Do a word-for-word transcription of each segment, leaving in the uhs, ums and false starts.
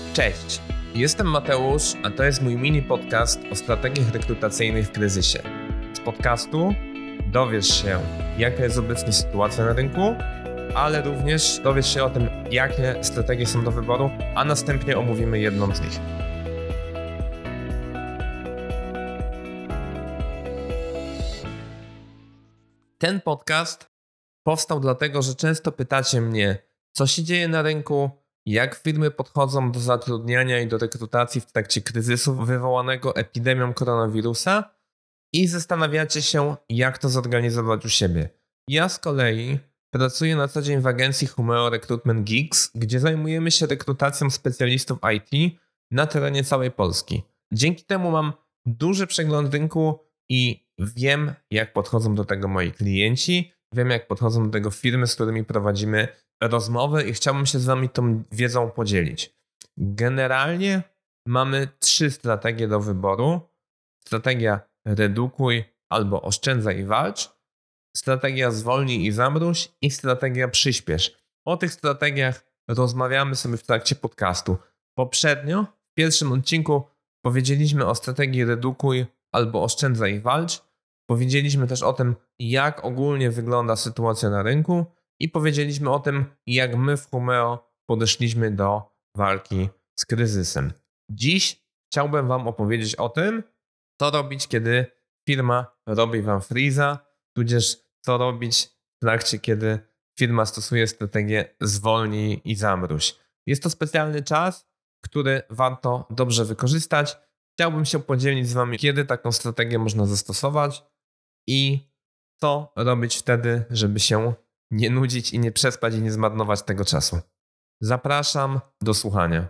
Cześć, jestem Mateusz, a to jest mój mini podcast o strategiach rekrutacyjnych w kryzysie. Z podcastu dowiesz się, jaka jest obecnie sytuacja na rynku, ale również dowiesz się o tym, jakie strategie są do wyboru, a następnie omówimy jedną z nich. Ten podcast powstał dlatego, że często pytacie mnie, co się dzieje na rynku, jak firmy podchodzą do zatrudniania i do rekrutacji w trakcie kryzysu wywołanego epidemią koronawirusa i zastanawiacie się, jak to zorganizować u siebie. Ja z kolei pracuję na co dzień w agencji Humeo Recruitment Geeks, gdzie zajmujemy się rekrutacją specjalistów I T na terenie całej Polski. Dzięki temu mam duży przegląd rynku i wiem, jak podchodzą do tego moi klienci, wiem, jak podchodzą do tego firmy, z którymi prowadzimy rozmowy i chciałbym się z wami tą wiedzą podzielić. Generalnie mamy trzy strategie do wyboru. Strategia redukuj albo oszczędzaj i walcz, strategia zwolnij i zamróź i strategia przyspiesz. O tych strategiach rozmawiamy sobie w trakcie podcastu. Poprzednio w pierwszym odcinku powiedzieliśmy o strategii redukuj albo oszczędzaj i walcz. Powiedzieliśmy też o tym, jak ogólnie wygląda sytuacja na rynku i powiedzieliśmy o tym, jak my w Humeo podeszliśmy do walki z kryzysem. Dziś chciałbym wam opowiedzieć o tym, co robić, kiedy firma robi wam freeza, tudzież co robić w trakcie, kiedy firma stosuje strategię zwolnij i zamróź. Jest to specjalny czas, który warto dobrze wykorzystać. Chciałbym się podzielić z wami, kiedy taką strategię można zastosować i co robić wtedy, żeby się nie nudzić i nie przespać i nie zmarnować tego czasu. Zapraszam do słuchania.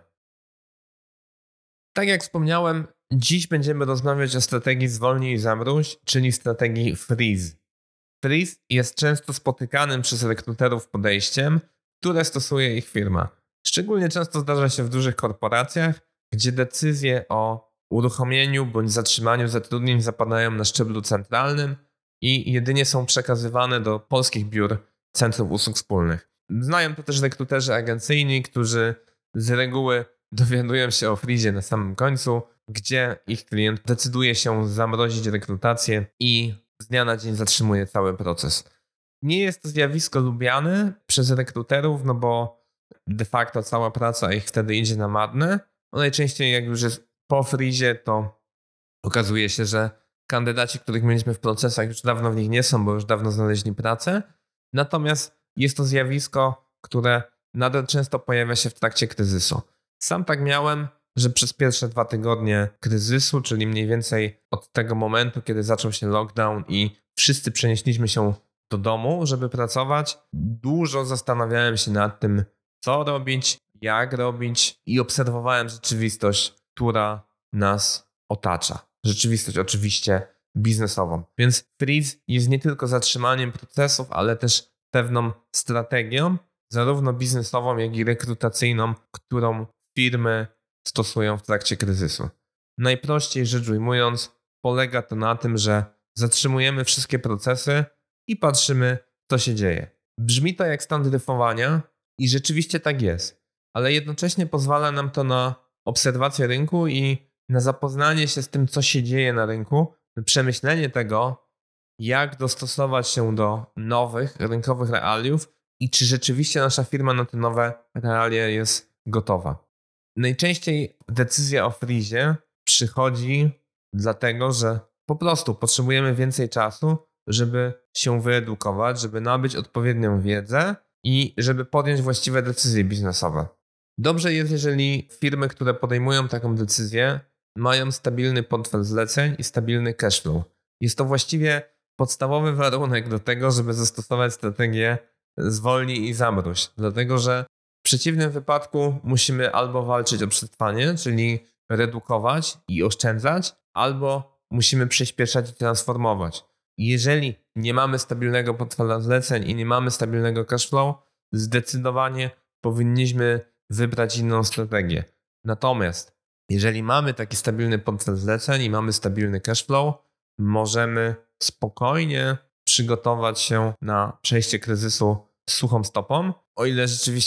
Tak jak wspomniałem, dziś będziemy rozmawiać o strategii zwolnij i zamróź, czyli strategii freeze. Freeze jest często spotykanym przez rekruterów podejściem, które stosuje ich firma. Szczególnie często zdarza się w dużych korporacjach, gdzie decyzje o uruchomieniu bądź zatrzymaniu zatrudnień zapadają na szczeblu centralnym i jedynie są przekazywane do polskich biur Centrum Usług Wspólnych. Znają to też rekruterzy agencyjni, którzy z reguły dowiadują się o freezie na samym końcu, gdzie ich klient decyduje się zamrozić rekrutację i z dnia na dzień zatrzymuje cały proces. Nie jest to zjawisko lubiane przez rekruterów, no bo de facto cała praca ich wtedy idzie na marne. No najczęściej jak już jest po freezie, to okazuje się, że kandydaci, których mieliśmy w procesach, już dawno w nich nie są, bo już dawno znaleźli pracę. Natomiast jest to zjawisko, które nadal często pojawia się w trakcie kryzysu. Sam tak miałem, że przez pierwsze dwa tygodnie kryzysu, czyli mniej więcej od tego momentu, kiedy zaczął się lockdown i wszyscy przenieśliśmy się do domu, żeby pracować, dużo zastanawiałem się nad tym, co robić, jak robić i obserwowałem rzeczywistość, która nas otacza. Rzeczywistość oczywiście biznesową. Więc freeze jest nie tylko zatrzymaniem procesów, ale też pewną strategią, zarówno biznesową, jak i rekrutacyjną, którą firmy stosują w trakcie kryzysu. Najprościej rzecz ujmując, polega to na tym, że zatrzymujemy wszystkie procesy i patrzymy, co się dzieje. Brzmi to jak stan dryfowania i rzeczywiście tak jest, ale jednocześnie pozwala nam to na obserwację rynku i na zapoznanie się z tym, co się dzieje na rynku, przemyślenie tego, jak dostosować się do nowych rynkowych realiów i czy rzeczywiście nasza firma na te nowe realia jest gotowa. Najczęściej decyzja o freezie przychodzi dlatego, że po prostu potrzebujemy więcej czasu, żeby się wyedukować, żeby nabyć odpowiednią wiedzę i żeby podjąć właściwe decyzje biznesowe. Dobrze jest, jeżeli firmy, które podejmują taką decyzję, mają stabilny portfel zleceń i stabilny cashflow. Jest to właściwie podstawowy warunek do tego, żeby zastosować strategię zwolnij i zamróź. Dlatego, że w przeciwnym wypadku musimy albo walczyć o przetrwanie, czyli redukować i oszczędzać, albo musimy przyspieszać i transformować. Jeżeli nie mamy stabilnego portfela zleceń i nie mamy stabilnego cashflow, zdecydowanie powinniśmy wybrać inną strategię. Natomiast jeżeli mamy taki stabilny portfel zleceń i mamy stabilny cashflow, możemy spokojnie przygotować się na przejście kryzysu z suchą stopą, o ile rzeczywiście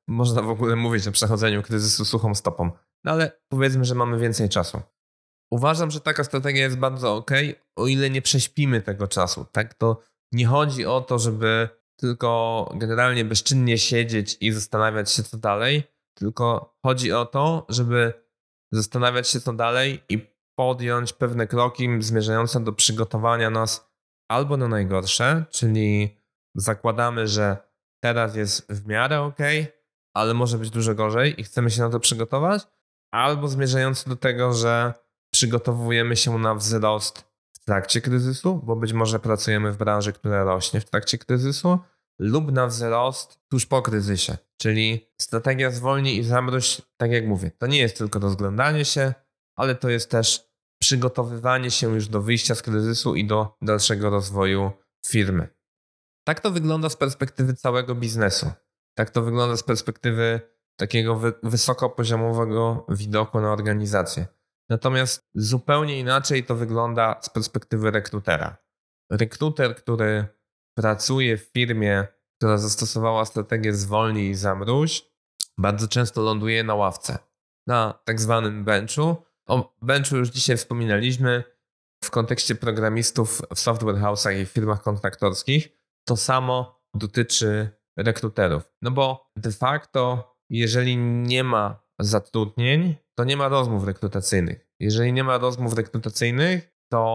można w ogóle mówić o przechodzeniu kryzysu suchą stopą. No ale powiedzmy, że mamy więcej czasu. Uważam, że taka strategia jest bardzo ok, o ile nie prześpimy tego czasu. Tak, to nie chodzi o to, żeby tylko generalnie bezczynnie siedzieć i zastanawiać się co dalej, tylko chodzi o to, żeby zastanawiać się co dalej i podjąć pewne kroki zmierzające do przygotowania nas albo na najgorsze, czyli zakładamy, że teraz jest w miarę ok, ale może być dużo gorzej i chcemy się na to przygotować, albo zmierzające do tego, że przygotowujemy się na wzrost w trakcie kryzysu, bo być może pracujemy w branży, która rośnie w trakcie kryzysu, lub na wzrost tuż po kryzysie. Czyli strategia zwolnij i zamroź, tak jak mówię, to nie jest tylko rozglądanie się, ale to jest też przygotowywanie się już do wyjścia z kryzysu i do dalszego rozwoju firmy. Tak to wygląda z perspektywy całego biznesu. Tak to wygląda z perspektywy takiego wy- wysokopoziomowego widoku na organizację. Natomiast zupełnie inaczej to wygląda z perspektywy rekrutera. Rekruter, który pracuje w firmie, która zastosowała strategię zwolnij i zamróź, bardzo często ląduje na ławce, na tak zwanym benchu. O benchu już dzisiaj wspominaliśmy w kontekście programistów w software house'ach i firmach kontraktorskich. To samo dotyczy rekruterów. No bo de facto, jeżeli nie ma zatrudnień, to nie ma rozmów rekrutacyjnych. Jeżeli nie ma rozmów rekrutacyjnych,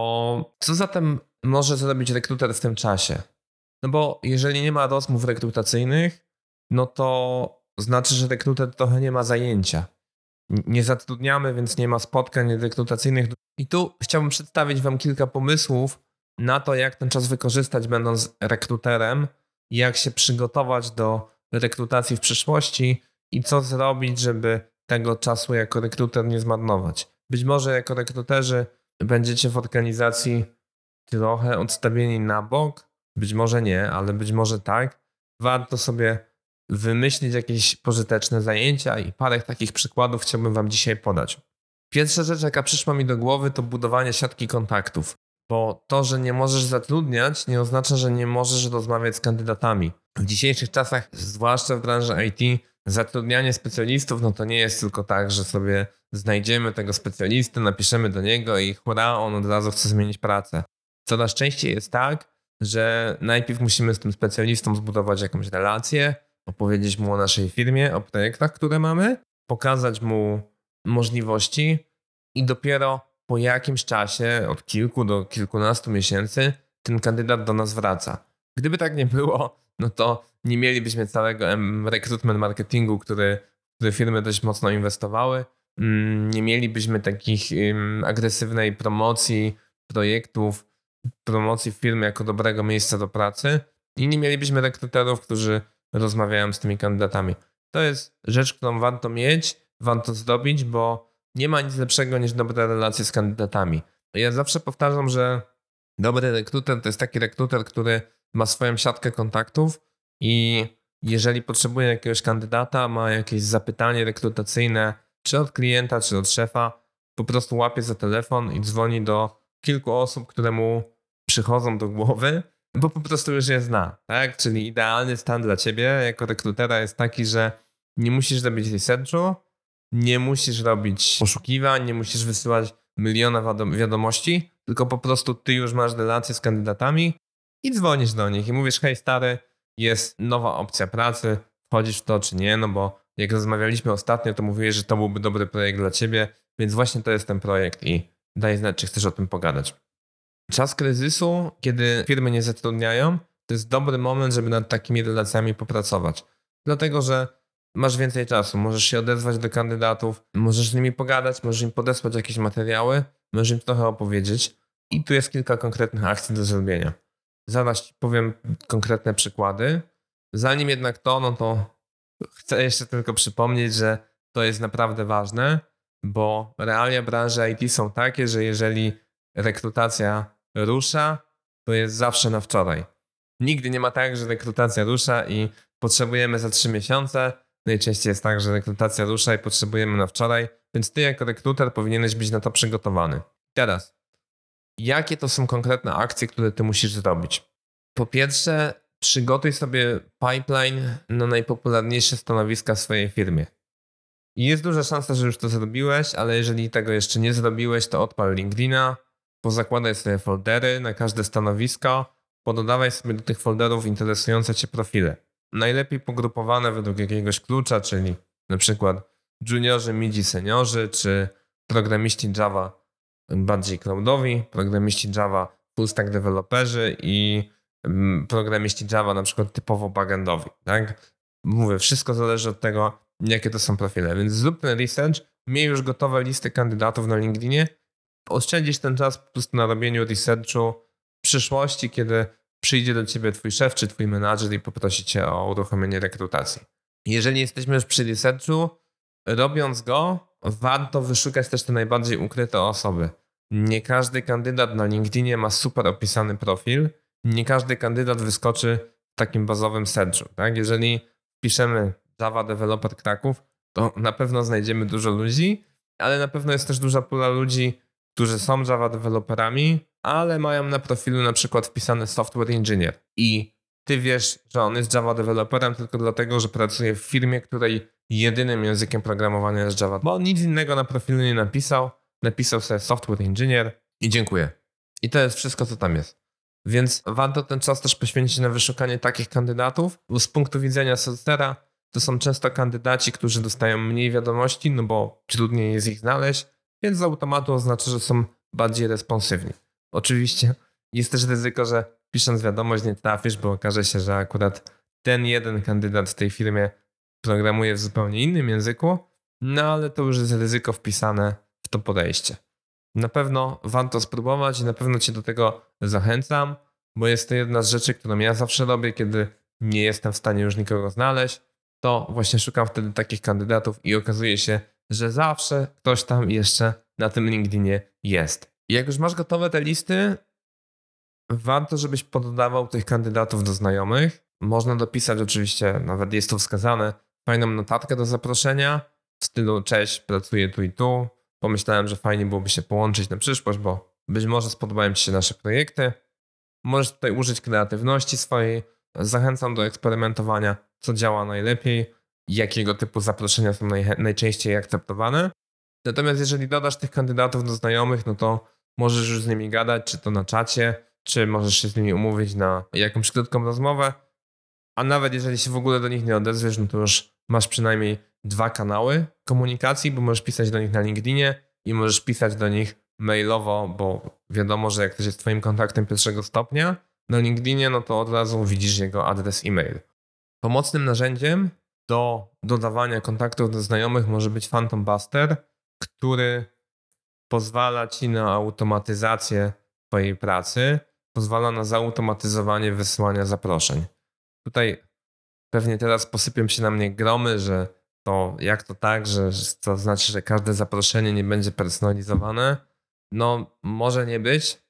to co zatem może zrobić rekruter w tym czasie? No bo jeżeli nie ma rozmów rekrutacyjnych, no to znaczy, że rekruter trochę nie ma zajęcia. Nie zatrudniamy, więc nie ma spotkań rekrutacyjnych. I tu chciałbym przedstawić Wam kilka pomysłów na to, jak ten czas wykorzystać będąc rekruterem, jak się przygotować do rekrutacji w przyszłości i co zrobić, żeby tego czasu jako rekruter nie zmarnować. Być może jako rekruterzy będziecie w organizacji trochę odstawieni na bok, być może nie, ale być może tak. Warto sobie wymyślić jakieś pożyteczne zajęcia i parę takich przykładów chciałbym Wam dzisiaj podać. Pierwsza rzecz, jaka przyszła mi do głowy, to budowanie siatki kontaktów. Bo to, że nie możesz zatrudniać, nie oznacza, że nie możesz rozmawiać z kandydatami. W dzisiejszych czasach, zwłaszcza w branży I T, zatrudnianie specjalistów, no to nie jest tylko tak, że sobie znajdziemy tego specjalistę, napiszemy do niego i hurra, on od razu chce zmienić pracę. Coraz częściej jest tak, że najpierw musimy z tym specjalistą zbudować jakąś relację, opowiedzieć mu o naszej firmie, o projektach, które mamy, pokazać mu możliwości i dopiero po jakimś czasie, od kilku do kilkunastu miesięcy, ten kandydat do nas wraca. Gdyby tak nie było, no to nie mielibyśmy całego recruitment marketingu, który, który firmy dość mocno inwestowały. Nie mielibyśmy takich um, agresywnej promocji projektów, promocji firmy jako dobrego miejsca do pracy i nie mielibyśmy rekruterów, którzy rozmawiają z tymi kandydatami. To jest rzecz, którą warto mieć, warto zrobić, bo nie ma nic lepszego niż dobre relacje z kandydatami. Ja zawsze powtarzam, że dobry rekruter to jest taki rekruter, który ma swoją siatkę kontaktów i jeżeli potrzebuje jakiegoś kandydata, ma jakieś zapytanie rekrutacyjne, czy od klienta, czy od szefa, po prostu łapie za telefon i dzwoni do kilku osób, które mu przychodzą do głowy, bo po prostu już je zna, tak? Czyli idealny stan dla ciebie jako rekrutera jest taki, że nie musisz robić researchu, nie musisz robić poszukiwań, nie musisz wysyłać miliona wiadomości, tylko po prostu ty już masz relacje z kandydatami i dzwonisz do nich i mówisz, hej stary, jest nowa opcja pracy, wchodzisz w to czy nie, no bo jak rozmawialiśmy ostatnio, to mówiłeś, że to byłby dobry projekt dla ciebie, więc właśnie to jest ten projekt i daj znać, czy chcesz o tym pogadać. Czas kryzysu, kiedy firmy nie zatrudniają, to jest dobry moment, żeby nad takimi relacjami popracować. Dlatego, że masz więcej czasu, możesz się odezwać do kandydatów, możesz z nimi pogadać, możesz im podesłać jakieś materiały, możesz im trochę opowiedzieć i tu jest kilka konkretnych akcji do zrobienia. Zaraz ci powiem konkretne przykłady. Zanim jednak to, no to chcę jeszcze tylko przypomnieć, że to jest naprawdę ważne, bo realia branży I T są takie, że jeżeli rekrutacja rusza, to jest zawsze na wczoraj. Nigdy nie ma tak, że rekrutacja rusza i potrzebujemy za trzy miesiące. Najczęściej jest tak, że rekrutacja rusza i potrzebujemy na wczoraj, więc ty jako rekruter powinieneś być na to przygotowany. Teraz, jakie to są konkretne akcje, które ty musisz zrobić? Po pierwsze, Przygotuj sobie pipeline na najpopularniejsze stanowiska w swojej firmie. I jest duża szansa, że już to zrobiłeś, ale jeżeli tego jeszcze nie zrobiłeś, to odpal LinkedIna, pozakładaj sobie foldery na każde stanowisko, pododawaj sobie do tych folderów interesujące Cię profile. Najlepiej pogrupowane według jakiegoś klucza, czyli na przykład juniorzy, midzi, seniorzy, czy programiści Java bardziej cloudowi, programiści Java full stack deweloperzy i programiści Java na przykład typowo backendowi. Tak? Mówię, wszystko zależy od tego, jakie to są profile, więc zrób ten research, miej już gotowe listy kandydatów na LinkedInie, oszczędzisz ten czas po prostu na robieniu researchu w przyszłości, kiedy przyjdzie do ciebie twój szef czy twój menadżer i poprosi cię o uruchomienie rekrutacji. Jeżeli jesteśmy już przy researchu, robiąc go, warto wyszukać też te najbardziej ukryte osoby. Nie każdy kandydat na LinkedInie ma super opisany profil, nie każdy kandydat wyskoczy w takim bazowym searchu. Tak? Jeżeli piszemy Java Developer Kraków, to na pewno znajdziemy dużo ludzi, ale na pewno jest też duża pula ludzi, którzy są Java deweloperami, ale mają na profilu na przykład wpisane Software Engineer i ty wiesz, że on jest Java deweloperem tylko dlatego, że pracuje w firmie, której jedynym językiem programowania jest Java, bo on nic innego na profilu nie napisał, napisał sobie Software Engineer i dziękuję. I to jest wszystko, co tam jest. Więc warto ten czas też poświęcić na wyszukanie takich kandydatów, bo z punktu widzenia Sourcera to są często kandydaci, którzy dostają mniej wiadomości, no bo trudniej jest ich znaleźć, więc z automatu oznacza, że są bardziej responsywni. Oczywiście jest też ryzyko, że pisząc wiadomość nie trafisz, bo okaże się, że akurat ten jeden kandydat w tej firmie programuje w zupełnie innym języku, no ale to już jest ryzyko wpisane w to podejście. Na pewno warto spróbować i na pewno cię do tego zachęcam, bo jest to jedna z rzeczy, którą ja zawsze robię, kiedy nie jestem w stanie już nikogo znaleźć, to właśnie szukam wtedy takich kandydatów i okazuje się, że zawsze ktoś tam jeszcze na tym LinkedInie jest. I jak już masz gotowe te listy, warto, żebyś poddawał tych kandydatów do znajomych. Można dopisać oczywiście, nawet jest to wskazane, fajną notatkę do zaproszenia w stylu cześć, pracuję tu i tu. Pomyślałem, że fajnie byłoby się połączyć na przyszłość, bo być może spodobają ci się nasze projekty. Możesz tutaj użyć kreatywności swojej. Zachęcam do eksperymentowania, co działa najlepiej, jakiego typu zaproszenia są naj, najczęściej akceptowane. Natomiast jeżeli dodasz tych kandydatów do znajomych, no to możesz już z nimi gadać, czy to na czacie, czy możesz się z nimi umówić na jakąś krótką rozmowę, a nawet jeżeli się w ogóle do nich nie odezwiesz, no to już masz przynajmniej dwa kanały komunikacji, bo możesz pisać do nich na LinkedInie i możesz pisać do nich mailowo, bo wiadomo, że jak ktoś jest twoim kontaktem pierwszego stopnia na LinkedInie, no to od razu widzisz jego adres e-mail. Pomocnym narzędziem do dodawania kontaktów do znajomych może być Phantom Buster, który pozwala ci na automatyzację twojej pracy, pozwala na zautomatyzowanie wysyłania zaproszeń. Tutaj pewnie teraz posypią się na mnie gromy, że to jak to tak, że to znaczy, że każde zaproszenie nie będzie personalizowane. No może nie być,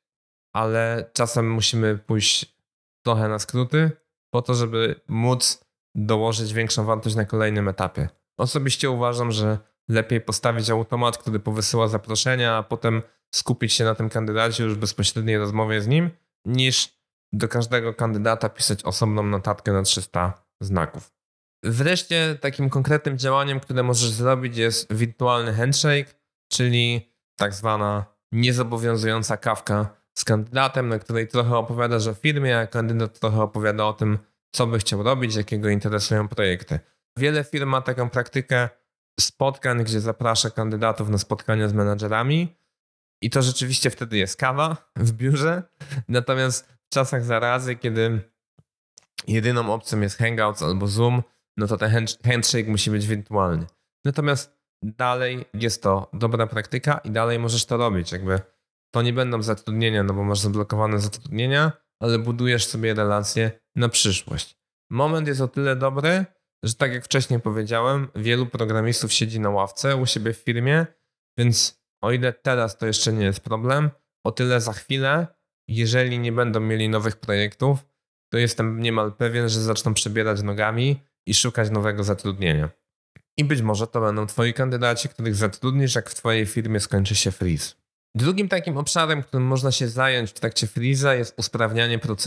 ale czasem musimy pójść trochę na skróty po to, żeby móc dołożyć większą wartość na kolejnym etapie. Osobiście uważam, że lepiej postawić automat, który powysyła zaproszenia, a potem skupić się na tym kandydacie już w bezpośredniej rozmowie z nim, niż do każdego kandydata pisać osobną notatkę na trzysta znaków. Wreszcie takim konkretnym działaniem, które możesz zrobić, jest wirtualny handshake, czyli tak zwana niezobowiązująca kawka z kandydatem, na której trochę opowiadasz o firmie, a kandydat trochę opowiada o tym, co by chciał robić, jakiego interesują projekty. Wiele firm ma taką praktykę spotkań, gdzie zaprasza kandydatów na spotkania z menadżerami i to rzeczywiście wtedy jest kawa w biurze, natomiast w czasach zarazy, kiedy jedyną opcją jest Hangouts albo Zoom, no to ten handshake musi być wirtualny. Natomiast dalej jest to dobra praktyka i dalej możesz to robić. Jakby to nie będą zatrudnienia, no bo masz zablokowane zatrudnienia, ale budujesz sobie relacje na przyszłość. Moment jest o tyle dobry, że tak jak wcześniej powiedziałem, wielu programistów siedzi na ławce u siebie w firmie, więc o ile teraz to jeszcze nie jest problem, o tyle za chwilę, jeżeli nie będą mieli nowych projektów, to jestem niemal pewien, że zaczną przebierać nogami i szukać nowego zatrudnienia. I być może to będą twoi kandydaci, których zatrudnisz, jak w twojej firmie skończy się freeze. Drugim takim obszarem, którym można się zająć w trakcie freeze'a, jest usprawnianie procesów.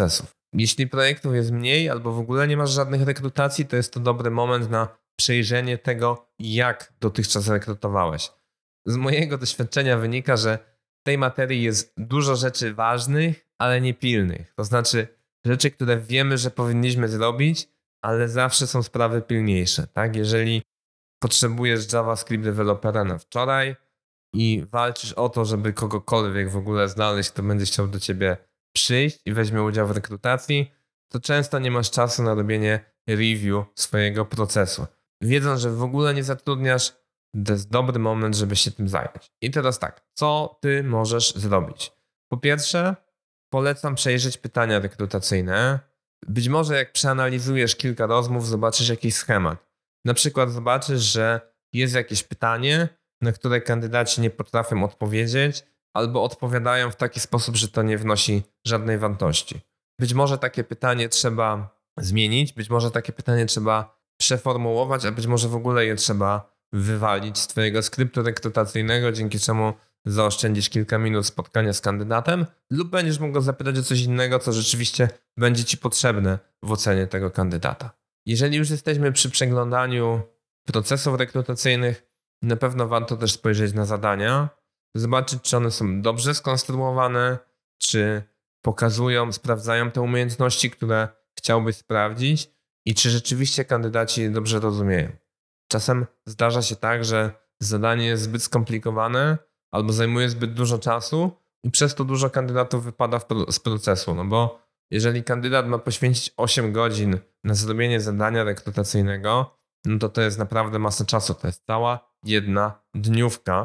Jeśli projektów jest mniej albo w ogóle nie masz żadnych rekrutacji, to jest to dobry moment na przejrzenie tego, jak dotychczas rekrutowałeś. Z mojego doświadczenia wynika, że w tej materii jest dużo rzeczy ważnych, ale nie pilnych. To znaczy rzeczy, które wiemy, że powinniśmy zrobić, ale zawsze są sprawy pilniejsze. Tak? Jeżeli potrzebujesz JavaScript dewelopera na wczoraj i walczysz o to, żeby kogokolwiek w ogóle znaleźć, kto będzie chciał do ciebie przyjść i weźmie udział w rekrutacji, to często nie masz czasu na robienie review swojego procesu. Wiedząc, że w ogóle nie zatrudniasz, to jest dobry moment, żeby się tym zająć. I teraz tak, co ty możesz zrobić? Po pierwsze, polecam przejrzeć pytania rekrutacyjne. Być może jak przeanalizujesz kilka rozmów, zobaczysz jakiś schemat. Na przykład zobaczysz, że jest jakieś pytanie, na które kandydaci nie potrafią odpowiedzieć, albo odpowiadają w taki sposób, że to nie wnosi żadnej wartości. Być może takie pytanie trzeba zmienić, być może takie pytanie trzeba przeformułować, a być może w ogóle je trzeba wywalić z twojego skryptu rekrutacyjnego, dzięki czemu zaoszczędzisz kilka minut spotkania z kandydatem lub będziesz mógł go zapytać o coś innego, co rzeczywiście będzie ci potrzebne w ocenie tego kandydata. Jeżeli już jesteśmy przy przeglądaniu procesów rekrutacyjnych, na pewno warto też spojrzeć na zadania, zobaczyć, czy one są dobrze skonstruowane, czy pokazują, sprawdzają te umiejętności, które chciałbyś sprawdzić i czy rzeczywiście kandydaci je dobrze rozumieją. Czasem zdarza się tak, że zadanie jest zbyt skomplikowane albo zajmuje zbyt dużo czasu i przez to dużo kandydatów wypada z procesu, no bo jeżeli kandydat ma poświęcić osiem godzin na zrobienie zadania rekrutacyjnego, no to to jest naprawdę masa czasu, to jest cała jedna dniówka.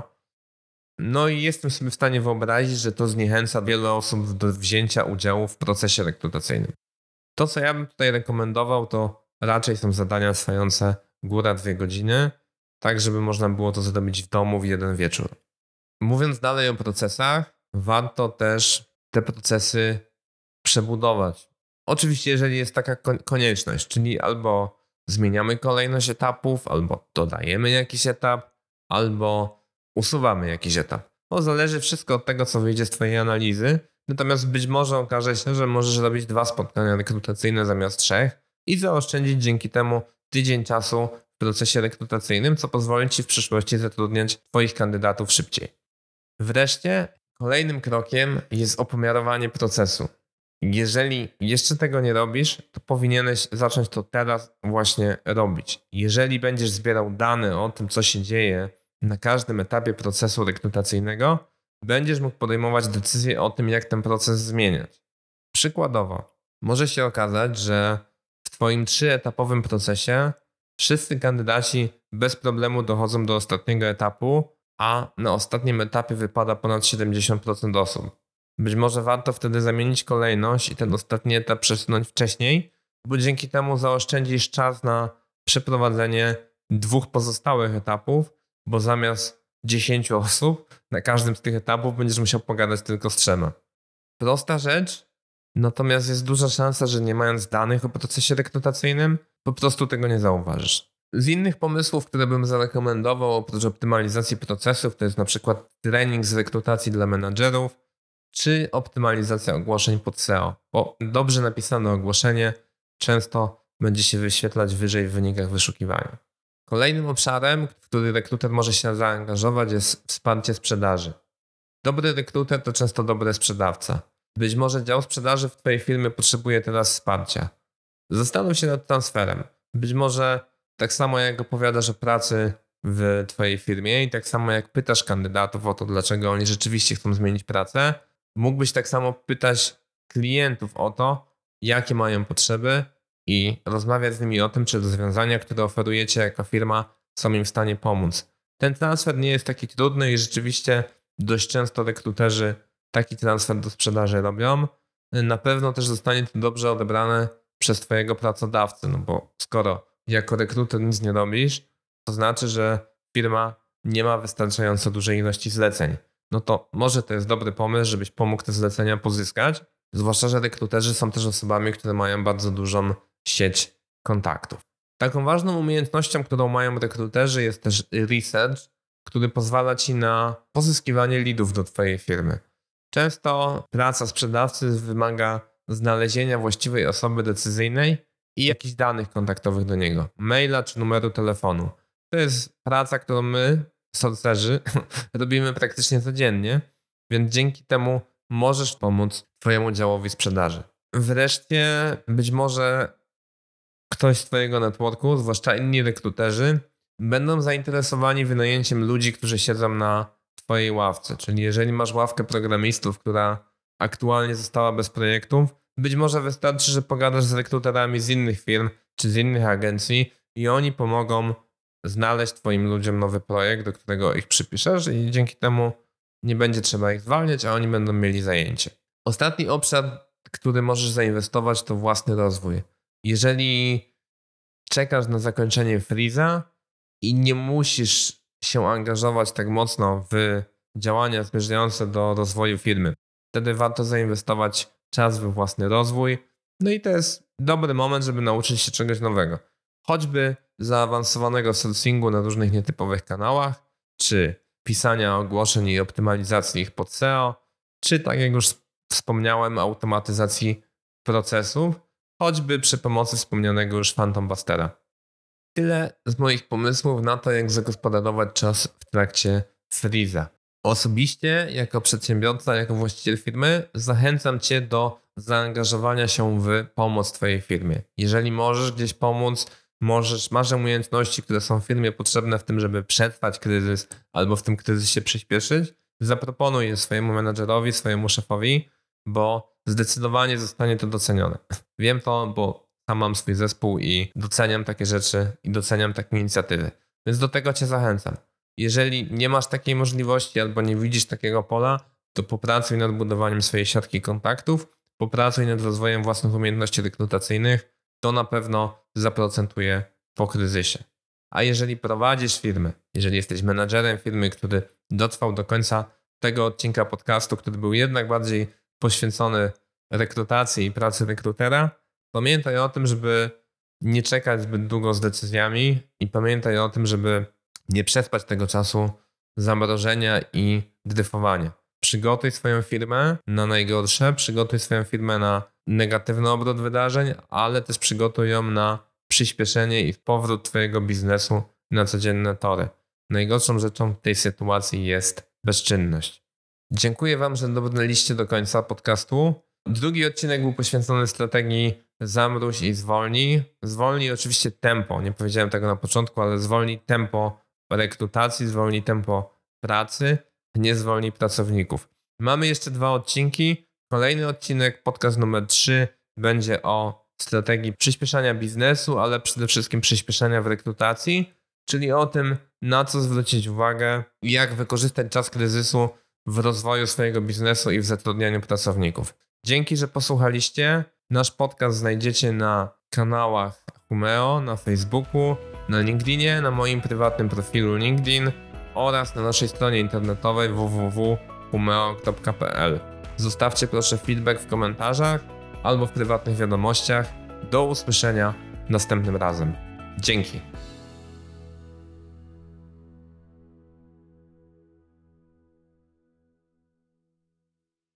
No i jestem sobie w stanie wyobrazić, że to zniechęca wiele osób do wzięcia udziału w procesie rekrutacyjnym. To, co ja bym tutaj rekomendował, to raczej są zadania trwające góra dwie godziny, tak żeby można było to zrobić w domu w jeden wieczór. Mówiąc dalej o procesach, warto też te procesy przebudować. Oczywiście, jeżeli jest taka konieczność, czyli albo zmieniamy kolejność etapów, albo dodajemy jakiś etap, albo usuwamy jakiś etap. To zależy wszystko od tego, co wyjdzie z twojej analizy, natomiast być może okaże się, że możesz robić dwa spotkania rekrutacyjne zamiast trzech i zaoszczędzić dzięki temu tydzień czasu w procesie rekrutacyjnym, co pozwoli ci w przyszłości zatrudniać twoich kandydatów szybciej. Wreszcie kolejnym krokiem jest opomiarowanie procesu. Jeżeli jeszcze tego nie robisz, to powinieneś zacząć to teraz właśnie robić. Jeżeli będziesz zbierał dane o tym, co się dzieje na każdym etapie procesu rekrutacyjnego, będziesz mógł podejmować decyzje o tym, jak ten proces zmieniać. Przykładowo, może się okazać, że w twoim trzyetapowym procesie wszyscy kandydaci bez problemu dochodzą do ostatniego etapu, a na ostatnim etapie wypada ponad siedemdziesiąt procent osób. Być może warto wtedy zamienić kolejność i ten ostatni etap przesunąć wcześniej, bo dzięki temu zaoszczędzisz czas na przeprowadzenie dwóch pozostałych etapów, bo zamiast dziesięciu osób na każdym z tych etapów będziesz musiał pogadać tylko z trzema. Prosta rzecz, natomiast jest duża szansa, że nie mając danych o procesie rekrutacyjnym, po prostu tego nie zauważysz. Z innych pomysłów, które bym zarekomendował oprócz optymalizacji procesów, to jest na przykład trening z rekrutacji dla menadżerów, czy optymalizacja ogłoszeń pod S E O, bo dobrze napisane ogłoszenie często będzie się wyświetlać wyżej w wynikach wyszukiwania. Kolejnym obszarem, w który rekruter może się zaangażować, jest wsparcie sprzedaży. Dobry rekruter to często dobry sprzedawca. Być może dział sprzedaży w twojej firmie potrzebuje teraz wsparcia. Zastanów się nad transferem. Być może tak samo jak opowiadasz o pracy w twojej firmie i tak samo jak pytasz kandydatów o to, dlaczego oni rzeczywiście chcą zmienić pracę, mógłbyś tak samo pytać klientów o to, jakie mają potrzeby i rozmawiać z nimi o tym, czy rozwiązania, które oferujecie jako firma, są im w stanie pomóc. Ten transfer nie jest taki trudny i rzeczywiście dość często rekruterzy taki transfer do sprzedaży robią. Na pewno też zostanie to dobrze odebrane przez twojego pracodawcę, no bo skoro jako rekruter nic nie robisz, to znaczy, że firma nie ma wystarczająco dużej ilości zleceń. No to może to jest dobry pomysł, żebyś pomógł te zlecenia pozyskać, zwłaszcza, że rekruterzy są też osobami, które mają bardzo dużą sieć kontaktów. Taką ważną umiejętnością, którą mają rekruterzy, jest też research, który pozwala ci na pozyskiwanie leadów do twojej firmy. Często praca sprzedawcy wymaga znalezienia właściwej osoby decyzyjnej i jakichś danych kontaktowych do niego, maila czy numeru telefonu. To jest praca, którą my, sourcerzy, robimy praktycznie codziennie, więc dzięki temu możesz pomóc twojemu działowi sprzedaży. Wreszcie być może ktoś z twojego networku, zwłaszcza inni rekruterzy, będą zainteresowani wynajęciem ludzi, którzy siedzą na twojej ławce. Czyli jeżeli masz ławkę programistów, która aktualnie została bez projektów, być może wystarczy, że pogadasz z rekruterami z innych firm czy z innych agencji i oni pomogą znaleźć twoim ludziom nowy projekt, do którego ich przypiszesz i dzięki temu nie będzie trzeba ich zwalniać, a oni będą mieli zajęcie. Ostatni obszar, który możesz zainwestować, to własny rozwój. Jeżeli czekasz na zakończenie freeza i nie musisz się angażować tak mocno w działania zmierzające do rozwoju firmy, wtedy warto zainwestować czas we własny rozwój. No i to jest dobry moment, żeby nauczyć się czegoś nowego. Choćby zaawansowanego sourcingu na różnych nietypowych kanałach, czy pisania ogłoszeń i optymalizacji ich pod S E O, czy tak jak już wspomniałem, automatyzacji procesów, choćby przy pomocy wspomnianego już Phantom Bustera. Tyle z moich pomysłów na to, jak zagospodarować czas w trakcie freeza. Osobiście, jako przedsiębiorca, jako właściciel firmy, zachęcam Cię do zaangażowania się w pomoc Twojej firmie. Jeżeli możesz gdzieś pomóc, możesz, masz umiejętności, które są firmie potrzebne w tym, żeby przetrwać kryzys albo w tym kryzysie przyspieszyć, zaproponuj je swojemu menadżerowi, swojemu szefowi, bo zdecydowanie zostanie to docenione. Wiem to, bo sam mam swój zespół i doceniam takie rzeczy i doceniam takie inicjatywy. Więc do tego Cię zachęcam. Jeżeli nie masz takiej możliwości albo nie widzisz takiego pola, to popracuj nad budowaniem swojej siatki kontaktów, popracuj nad rozwojem własnych umiejętności rekrutacyjnych, to na pewno zaprocentuje po kryzysie. A jeżeli prowadzisz firmę, jeżeli jesteś menadżerem firmy, który dotrwał do końca tego odcinka podcastu, który był jednak bardziej poświęcony rekrutacji i pracy rekrutera, pamiętaj o tym, żeby nie czekać zbyt długo z decyzjami i pamiętaj o tym, żeby nie przespać tego czasu zamrożenia i dryfowania. Przygotuj swoją firmę na najgorsze, przygotuj swoją firmę na negatywny obrót wydarzeń, ale też przygotuj ją na przyspieszenie i powrót twojego biznesu na codzienne tory. Najgorszą rzeczą w tej sytuacji jest bezczynność. Dziękuję Wam, że dobrnęliście do końca podcastu. Drugi odcinek był poświęcony strategii zamróż i zwolnij. Zwolnij oczywiście tempo, nie powiedziałem tego na początku, ale zwolnij tempo rekrutacji, zwolnij tempo pracy, nie zwolnij pracowników. Mamy jeszcze dwa odcinki. Kolejny odcinek, podcast numer trzy, będzie o strategii przyspieszania biznesu, ale przede wszystkim przyspieszania w rekrutacji, czyli o tym, na co zwrócić uwagę i jak wykorzystać czas kryzysu w rozwoju swojego biznesu i w zatrudnianiu pracowników. Dzięki, że posłuchaliście. Nasz podcast znajdziecie na kanałach Humeo, na Facebooku, na LinkedInie, na moim prywatnym profilu LinkedIn oraz na naszej stronie internetowej w w w kropka humeo kropka p l. Zostawcie proszę feedback w komentarzach albo w prywatnych wiadomościach. Do usłyszenia następnym razem. Dzięki.